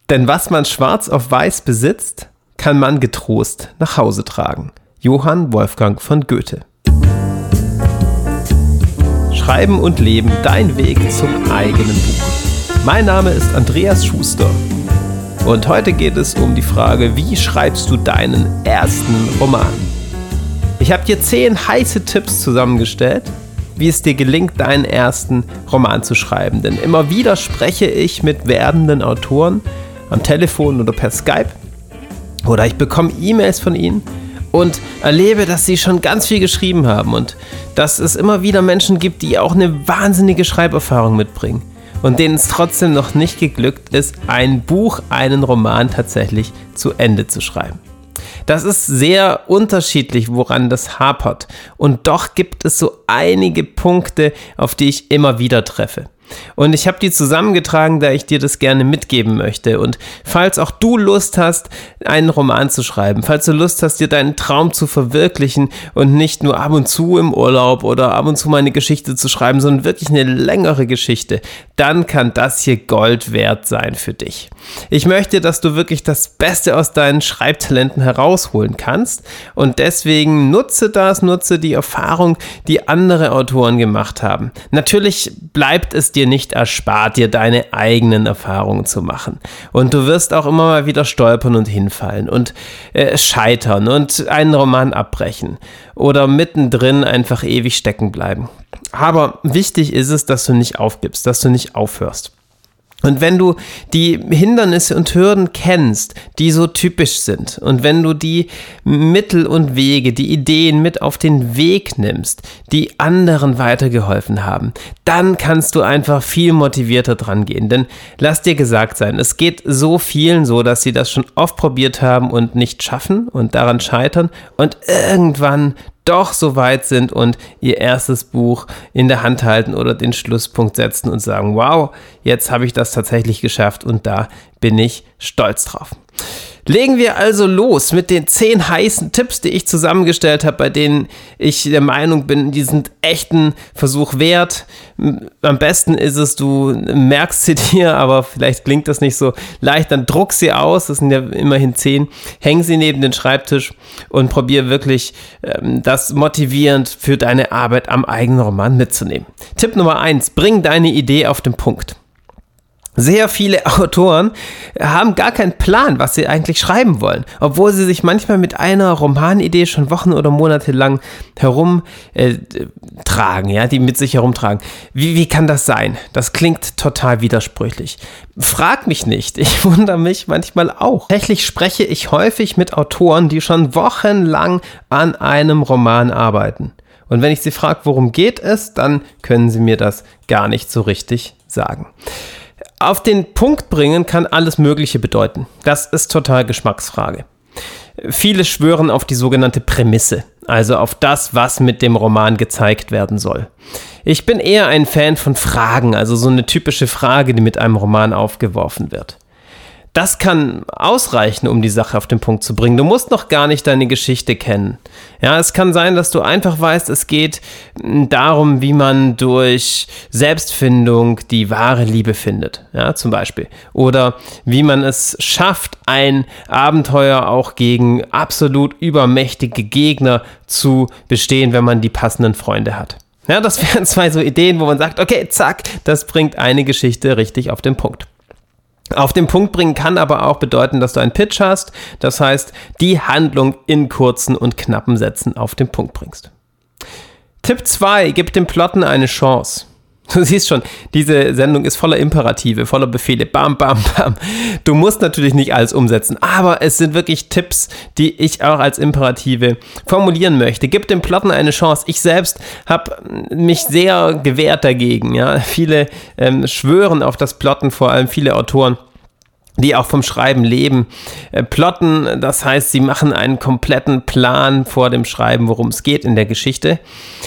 Denn was man schwarz auf weiß besitzt, kann man getrost nach Hause tragen. Johann Wolfgang von Goethe. Schreiben und Leben, dein Weg zum eigenen Buch. Mein Name ist Andreas Schuster und heute geht es um die Frage, wie schreibst du deinen ersten Roman? Ich habe dir 10 heiße Tipps zusammengestellt, wie es dir gelingt, deinen ersten Roman zu schreiben. Denn immer wieder spreche ich mit werdenden Autoren am Telefon oder per Skype oder ich bekomme E-Mails von ihnen und erlebe, dass sie schon ganz viel geschrieben haben und dass es immer wieder Menschen gibt, die auch eine wahnsinnige Schreiberfahrung mitbringen und denen es trotzdem noch nicht geglückt ist, ein Buch, einen Roman tatsächlich zu Ende zu schreiben. Das ist sehr unterschiedlich, woran das hapert. Und doch gibt es so einige Punkte, auf die ich immer wieder treffe. Und ich habe die zusammengetragen, da ich dir das gerne mitgeben möchte. Und falls auch du Lust hast, einen Roman zu schreiben, falls du Lust hast, dir deinen Traum zu verwirklichen und nicht nur ab und zu im Urlaub oder ab und zu mal eine Geschichte zu schreiben, sondern wirklich eine längere Geschichte, dann kann das hier Gold wert sein für dich. Ich möchte, dass du wirklich das Beste aus deinen Schreibtalenten herausholen kannst und deswegen nutze die Erfahrung, die andere Autoren gemacht haben. Natürlich bleibt es dir nicht erspart, dir deine eigenen Erfahrungen zu machen. Und du wirst auch immer mal wieder stolpern und hinfallen und scheitern und einen Roman abbrechen oder mittendrin einfach ewig stecken bleiben. Aber wichtig ist es, dass du nicht aufgibst, dass du nicht aufhörst. Und wenn du die Hindernisse und Hürden kennst, die so typisch sind, und wenn du die Mittel und Wege, die Ideen mit auf den Weg nimmst, die anderen weitergeholfen haben, dann kannst du einfach viel motivierter dran gehen. Denn lass dir gesagt sein, es geht so vielen so, dass sie das schon oft probiert haben und nicht schaffen und daran scheitern und irgendwann doch so weit sind und ihr erstes Buch in der Hand halten oder den Schlusspunkt setzen und sagen, wow, jetzt habe ich das tatsächlich geschafft und da bin ich stolz drauf. Legen wir also los mit den 10 heißen Tipps, die ich zusammengestellt habe, bei denen ich der Meinung bin, die sind echten Versuch wert. Am besten ist es, du merkst sie dir, aber vielleicht klingt das nicht so leicht, dann druck sie aus, das sind ja immerhin 10, häng sie neben den Schreibtisch und probier wirklich das motivierend für deine Arbeit am eigenen Roman mitzunehmen. Tipp Nummer 1, bring deine Idee auf den Punkt. Sehr viele Autoren haben gar keinen Plan, was sie eigentlich schreiben wollen, obwohl sie sich manchmal mit einer Romanidee schon Wochen oder Monate lang herumtragen, die mit sich herumtragen. Wie kann das sein? Das klingt total widersprüchlich. Frag mich nicht, ich wundere mich manchmal auch. Tatsächlich spreche ich häufig mit Autoren, die schon wochenlang an einem Roman arbeiten. Und wenn ich sie frage, worum geht es, dann können sie mir das gar nicht so richtig sagen. Auf den Punkt bringen kann alles Mögliche bedeuten. Das ist total Geschmacksfrage. Viele schwören auf die sogenannte Prämisse, also auf das, was mit dem Roman gezeigt werden soll. Ich bin eher ein Fan von Fragen, also so eine typische Frage, die mit einem Roman aufgeworfen wird. Das kann ausreichen, um die Sache auf den Punkt zu bringen. Du musst noch gar nicht deine Geschichte kennen. Ja, es kann sein, dass du einfach weißt, es geht darum, wie man durch Selbstfindung die wahre Liebe findet, ja, zum Beispiel. Oder wie man es schafft, ein Abenteuer auch gegen absolut übermächtige Gegner zu bestehen, wenn man die passenden Freunde hat. Ja, das wären 2 so Ideen, wo man sagt, okay, zack, das bringt eine Geschichte richtig auf den Punkt. Auf den Punkt bringen kann aber auch bedeuten, dass du einen Pitch hast, das heißt, die Handlung in kurzen und knappen Sätzen auf den Punkt bringst. Tipp 2, gib dem Plotten eine Chance. Du siehst schon, diese Sendung ist voller Imperative, voller Befehle, bam, bam, bam. Du musst natürlich nicht alles umsetzen, aber es sind wirklich Tipps, die ich auch als Imperative formulieren möchte. Gib dem Plotten eine Chance. Ich selbst habe mich sehr gewehrt dagegen. Ja? Viele schwören auf das Plotten, vor allem viele Autoren, die auch vom Schreiben leben. Plotten, das heißt, sie machen einen kompletten Plan vor dem Schreiben, worum es geht in der Geschichte.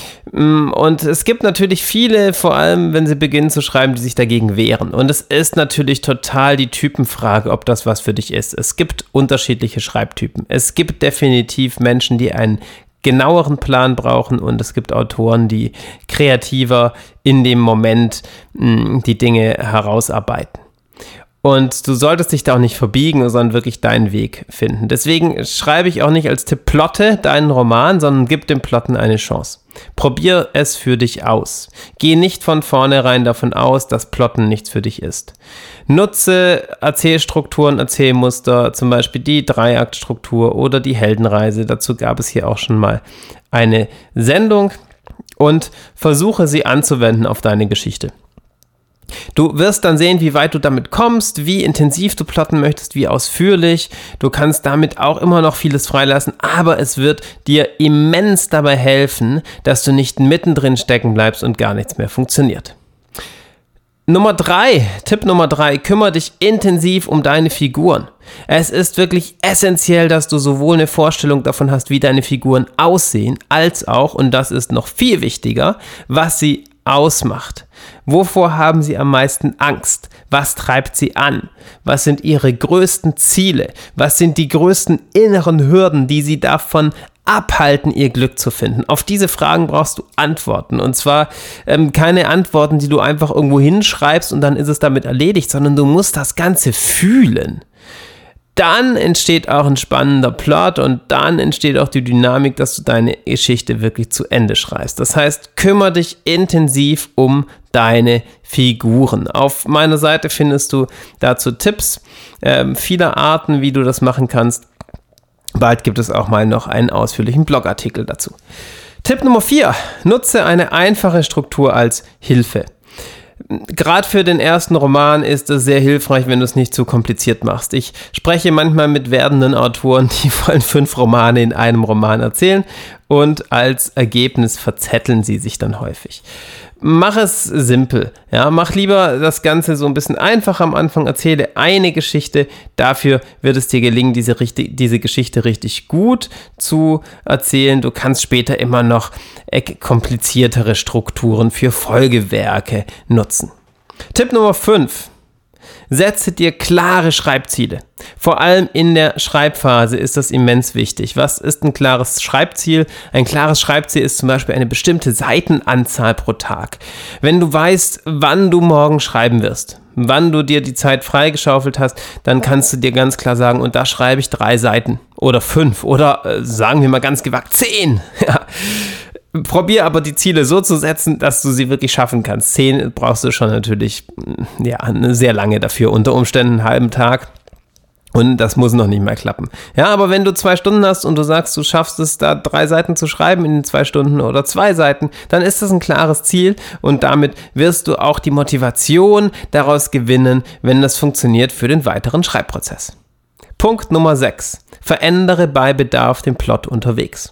Und es gibt natürlich viele, vor allem wenn sie beginnen zu schreiben, die sich dagegen wehren. Und es ist natürlich total die Typenfrage, ob das was für dich ist. Es gibt unterschiedliche Schreibtypen. Es gibt definitiv Menschen, die einen genaueren Plan brauchen und es gibt Autoren, die kreativer in dem Moment die Dinge herausarbeiten. Und du solltest dich da auch nicht verbiegen, sondern wirklich deinen Weg finden. Deswegen schreibe ich auch nicht als Tipp, plotte deinen Roman, sondern gib dem Plotten eine Chance. Probier es für dich aus. Geh nicht von vornherein davon aus, dass Plotten nichts für dich ist. Nutze Erzählstrukturen, Erzählmuster, zum Beispiel die Dreiaktstruktur oder die Heldenreise. Dazu gab es hier auch schon mal eine Sendung und versuche sie anzuwenden auf deine Geschichte. Du wirst dann sehen, wie weit du damit kommst, wie intensiv du plotten möchtest, wie ausführlich. Du kannst damit auch immer noch vieles freilassen, aber es wird dir immens dabei helfen, dass du nicht mittendrin stecken bleibst und gar nichts mehr funktioniert. Tipp Nummer 3, kümmere dich intensiv um deine Figuren. Es ist wirklich essentiell, dass du sowohl eine Vorstellung davon hast, wie deine Figuren aussehen, als auch, und das ist noch viel wichtiger, was sie ausmacht. Wovor haben sie am meisten Angst? Was treibt sie an? Was sind ihre größten Ziele? Was sind die größten inneren Hürden, die sie davon abhalten, ihr Glück zu finden? Auf diese Fragen brauchst du Antworten. Und zwar keine Antworten, die du einfach irgendwo hinschreibst und dann ist es damit erledigt, sondern du musst das Ganze fühlen. Dann entsteht auch ein spannender Plot und dann entsteht auch die Dynamik, dass du deine Geschichte wirklich zu Ende schreibst. Das heißt, kümmere dich intensiv um deine Figuren. Auf meiner Seite findest du dazu Tipps, vieler Arten, wie du das machen kannst. Bald gibt es auch mal noch einen ausführlichen Blogartikel dazu. Tipp Nummer 4, nutze eine einfache Struktur als Hilfe. Gerade für den ersten Roman ist es sehr hilfreich, wenn du es nicht zu kompliziert machst. Ich spreche manchmal mit werdenden Autoren, die wollen 5 Romane in einem Roman erzählen und als Ergebnis verzetteln sie sich dann häufig. Mach es simpel, ja, mach lieber das Ganze so ein bisschen einfacher am Anfang, erzähle eine Geschichte, dafür wird es dir gelingen, diese Geschichte richtig gut zu erzählen. Du kannst später immer noch kompliziertere Strukturen für Folgewerke nutzen. Tipp Nummer 5. Setze dir klare Schreibziele. Vor allem in der Schreibphase ist das immens wichtig. Was ist ein klares Schreibziel? Ein klares Schreibziel ist zum Beispiel eine bestimmte Seitenanzahl pro Tag. Wenn du weißt, wann du morgen schreiben wirst, wann du dir die Zeit freigeschaufelt hast, dann kannst du dir ganz klar sagen, und da schreibe ich 3 Seiten oder 5 oder sagen wir mal ganz gewagt 10. Ja. Probier aber die Ziele so zu setzen, dass du sie wirklich schaffen kannst. 10 brauchst du schon natürlich sehr lange dafür, unter Umständen einen halben Tag. Und das muss noch nicht mehr klappen. Ja, aber wenn du 2 Stunden hast und du sagst, du schaffst es, da 3 Seiten zu schreiben in den 2 Stunden oder 2 Seiten, dann ist das ein klares Ziel und damit wirst du auch die Motivation daraus gewinnen, wenn das funktioniert für den weiteren Schreibprozess. Punkt Nummer 6. Verändere bei Bedarf den Plot unterwegs.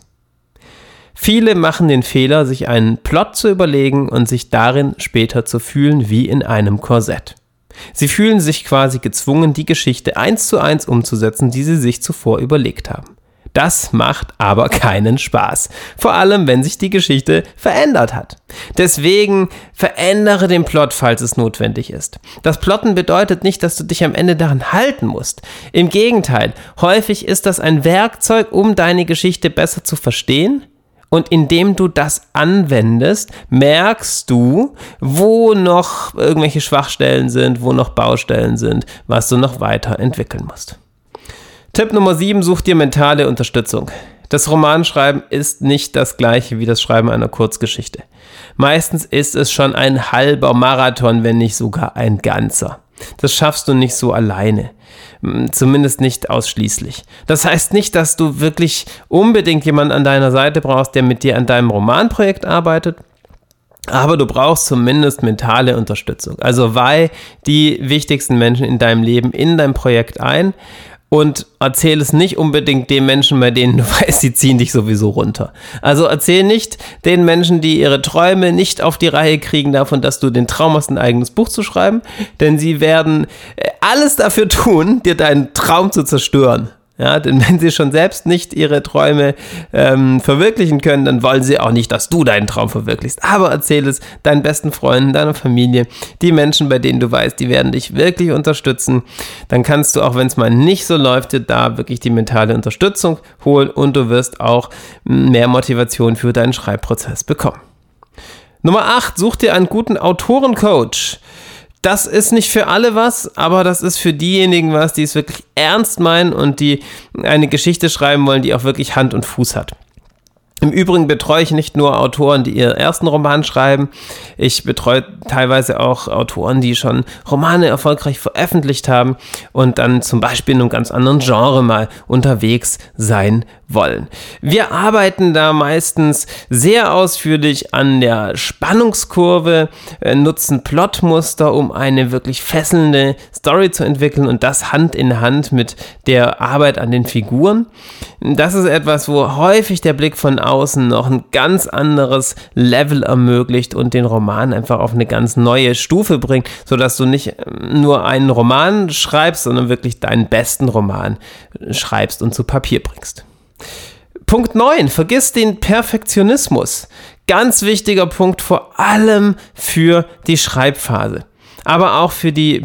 Viele machen den Fehler, sich einen Plot zu überlegen und sich darin später zu fühlen wie in einem Korsett. Sie fühlen sich quasi gezwungen, die Geschichte 1:1 umzusetzen, die sie sich zuvor überlegt haben. Das macht aber keinen Spaß, vor allem wenn sich die Geschichte verändert hat. Deswegen verändere den Plot, falls es notwendig ist. Das Plotten bedeutet nicht, dass du dich am Ende daran halten musst. Im Gegenteil, häufig ist das ein Werkzeug, um deine Geschichte besser zu verstehen. Und indem du das anwendest, merkst du, wo noch irgendwelche Schwachstellen sind, wo noch Baustellen sind, was du noch weiterentwickeln musst. Tipp Nummer 7, such dir mentale Unterstützung. Das Romanschreiben ist nicht das gleiche wie das Schreiben einer Kurzgeschichte. Meistens ist es schon ein halber Marathon, wenn nicht sogar ein ganzer. Das schaffst du nicht so alleine. Zumindest nicht ausschließlich. Das heißt nicht, dass du wirklich unbedingt jemanden an deiner Seite brauchst, der mit dir an deinem Romanprojekt arbeitet. Aber du brauchst zumindest mentale Unterstützung. Also weih die wichtigsten Menschen in deinem Leben in dein Projekt ein und erzähl es nicht unbedingt den Menschen, bei denen du weißt, die ziehen dich sowieso runter. Also erzähl nicht den Menschen, die ihre Träume nicht auf die Reihe kriegen, davon, dass du den Traum hast, ein eigenes Buch zu schreiben, denn sie werden alles dafür tun, dir deinen Traum zu zerstören. Ja, denn wenn sie schon selbst nicht ihre Träume verwirklichen können, dann wollen sie auch nicht, dass du deinen Traum verwirklichst. Aber erzähl es deinen besten Freunden, deiner Familie, die Menschen, bei denen du weißt, die werden dich wirklich unterstützen. Dann kannst du, auch wenn es mal nicht so läuft, dir da wirklich die mentale Unterstützung holen und du wirst auch mehr Motivation für deinen Schreibprozess bekommen. Nummer 8, such dir einen guten Autorencoach. Das ist nicht für alle was, aber das ist für diejenigen was, die es wirklich ernst meinen und die eine Geschichte schreiben wollen, die auch wirklich Hand und Fuß hat. Im Übrigen betreue ich nicht nur Autoren, die ihren ersten Roman schreiben. Ich betreue teilweise auch Autoren, die schon Romane erfolgreich veröffentlicht haben und dann zum Beispiel in einem ganz anderen Genre mal unterwegs sein wollen. Wir arbeiten da meistens sehr ausführlich an der Spannungskurve, nutzen Plotmuster, um eine wirklich fesselnde Story zu entwickeln und das Hand in Hand mit der Arbeit an den Figuren. Das ist etwas, wo häufig der Blick von außen noch ein ganz anderes Level ermöglicht und den Roman einfach auf eine ganz neue Stufe bringt, sodass du nicht nur einen Roman schreibst, sondern wirklich deinen besten Roman schreibst und zu Papier bringst. Punkt 9, vergiss den Perfektionismus. Ganz wichtiger Punkt, vor allem für die Schreibphase. Aber auch für die,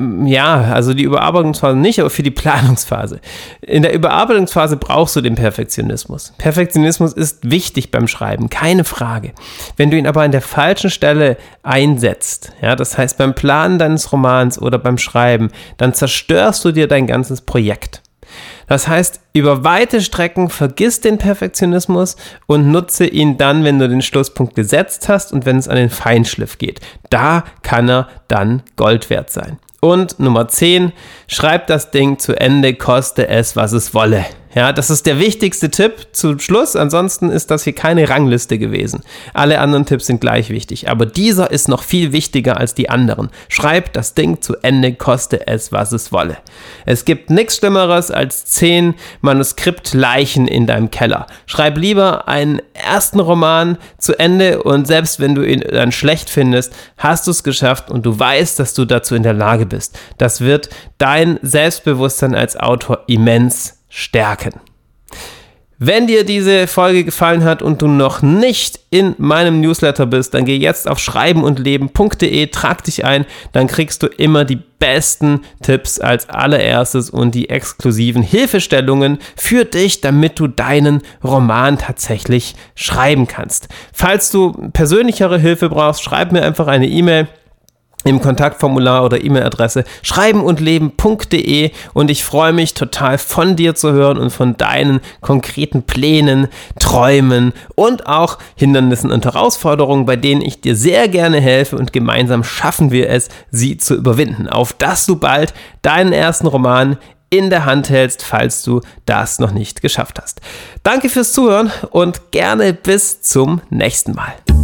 die Überarbeitungsphase nicht, aber für die Planungsphase. In der Überarbeitungsphase brauchst du den Perfektionismus. Perfektionismus ist wichtig beim Schreiben, keine Frage. Wenn du ihn aber an der falschen Stelle einsetzt, ja, das heißt beim Planen deines Romans oder beim Schreiben, dann zerstörst du dir dein ganzes Projekt. Das heißt, über weite Strecken vergiss den Perfektionismus und nutze ihn dann, wenn du den Schlusspunkt gesetzt hast und wenn es an den Feinschliff geht. Da kann er dann Gold wert sein. Und Nummer 10, schreib das Ding zu Ende, koste es, was es wolle. Ja, das ist der wichtigste Tipp zum Schluss. Ansonsten ist das hier keine Rangliste gewesen. Alle anderen Tipps sind gleich wichtig, aber dieser ist noch viel wichtiger als die anderen. Schreib das Ding zu Ende, koste es, was es wolle. Es gibt nichts Schlimmeres als 10 Manuskriptleichen in deinem Keller. Schreib lieber einen ersten Roman zu Ende und selbst wenn du ihn dann schlecht findest, hast du es geschafft und du weißt, dass du dazu in der Lage bist. Das wird dein Selbstbewusstsein als Autor immens stärken. Wenn dir diese Folge gefallen hat und du noch nicht in meinem Newsletter bist, dann geh jetzt auf schreibenundleben.de, trag dich ein, dann kriegst du immer die besten Tipps als allererstes und die exklusiven Hilfestellungen für dich, damit du deinen Roman tatsächlich schreiben kannst. Falls du persönlichere Hilfe brauchst, schreib mir einfach eine E-Mail im Kontaktformular oder E-Mail-Adresse schreibenundleben.de und ich freue mich total von dir zu hören und von deinen konkreten Plänen, Träumen und auch Hindernissen und Herausforderungen, bei denen ich dir sehr gerne helfe und gemeinsam schaffen wir es, sie zu überwinden, auf dass du bald deinen ersten Roman in der Hand hältst, falls du das noch nicht geschafft hast. Danke fürs Zuhören und gerne bis zum nächsten Mal.